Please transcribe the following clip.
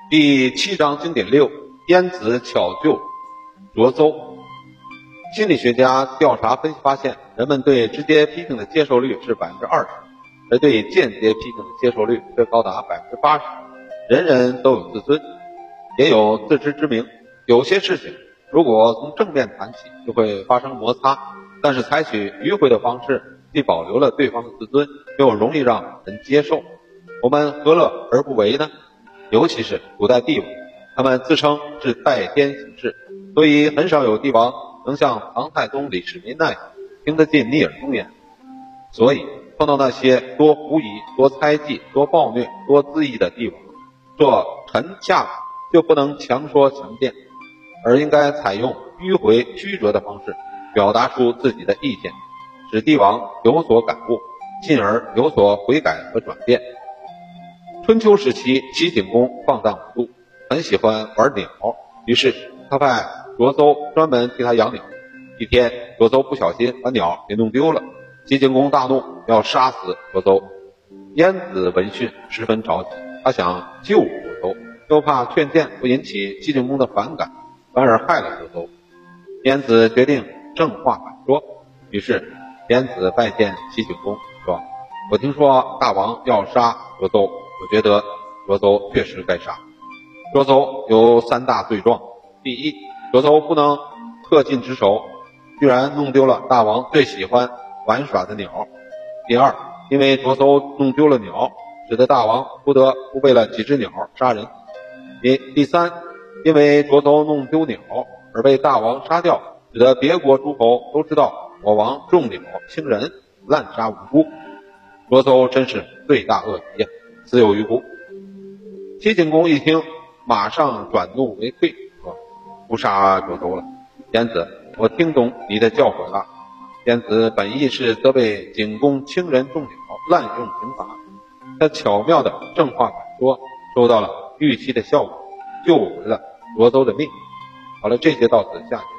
第7章经典6，晏子巧救涿邹。心理学家调查分析发现，人们对直接批评的接受率是 20%， 而对间接批评的接受率却高达 80%。 人人都有自尊，也有自知之明，有些事情如果从正面谈起就会发生摩擦，但是采取迂回的方式，既保留了对方的自尊，又容易让人接受，我们何乐而不为呢？尤其是古代帝王，他们自称是代天行事，所以很少有帝王能像唐太宗李世民那样听得进逆耳忠言。所以碰到那些多狐疑、多猜忌、多暴虐、多恣意的帝王，做臣下就不能强说强辩，而应该采用迂回曲折的方式表达出自己的意见，使帝王有所感悟，进而有所悔改和转变。春秋时期，齐景公放荡不度，很喜欢玩鸟，于是他派涿邹专门替他养鸟。一天，涿邹不小心把鸟给弄丢了，齐景公大怒，要杀死涿邹。晏子闻讯十分着急，他想救涿邹，又怕劝谏不引起齐景公的反感，反而害了涿邹。晏子决定正话反说，于是晏子拜见齐景公，说：我听说大王要杀涿邹，我觉得涿邹确实该杀。涿邹有3大罪状：第一，涿邹不能恪尽职守，居然弄丢了大王最喜欢玩耍的鸟；第二，因为涿邹弄丢了鸟，使得大王不得不为了几只鸟杀人；第三，因为涿邹弄丢鸟而被大王杀掉，使得别国诸侯都知道我王重鸟轻人，滥杀无辜。涿邹真是罪大恶极呀，死有余辜。齐景公一听，马上转怒为退，说：不杀涿邹了。晏子，我听懂你的教诲了。晏子本意是责备景公轻人重鸟，滥用刑罚，他巧妙的正话反说，收到了预期的效果，救回了涿邹的命。好了，这节到此下节。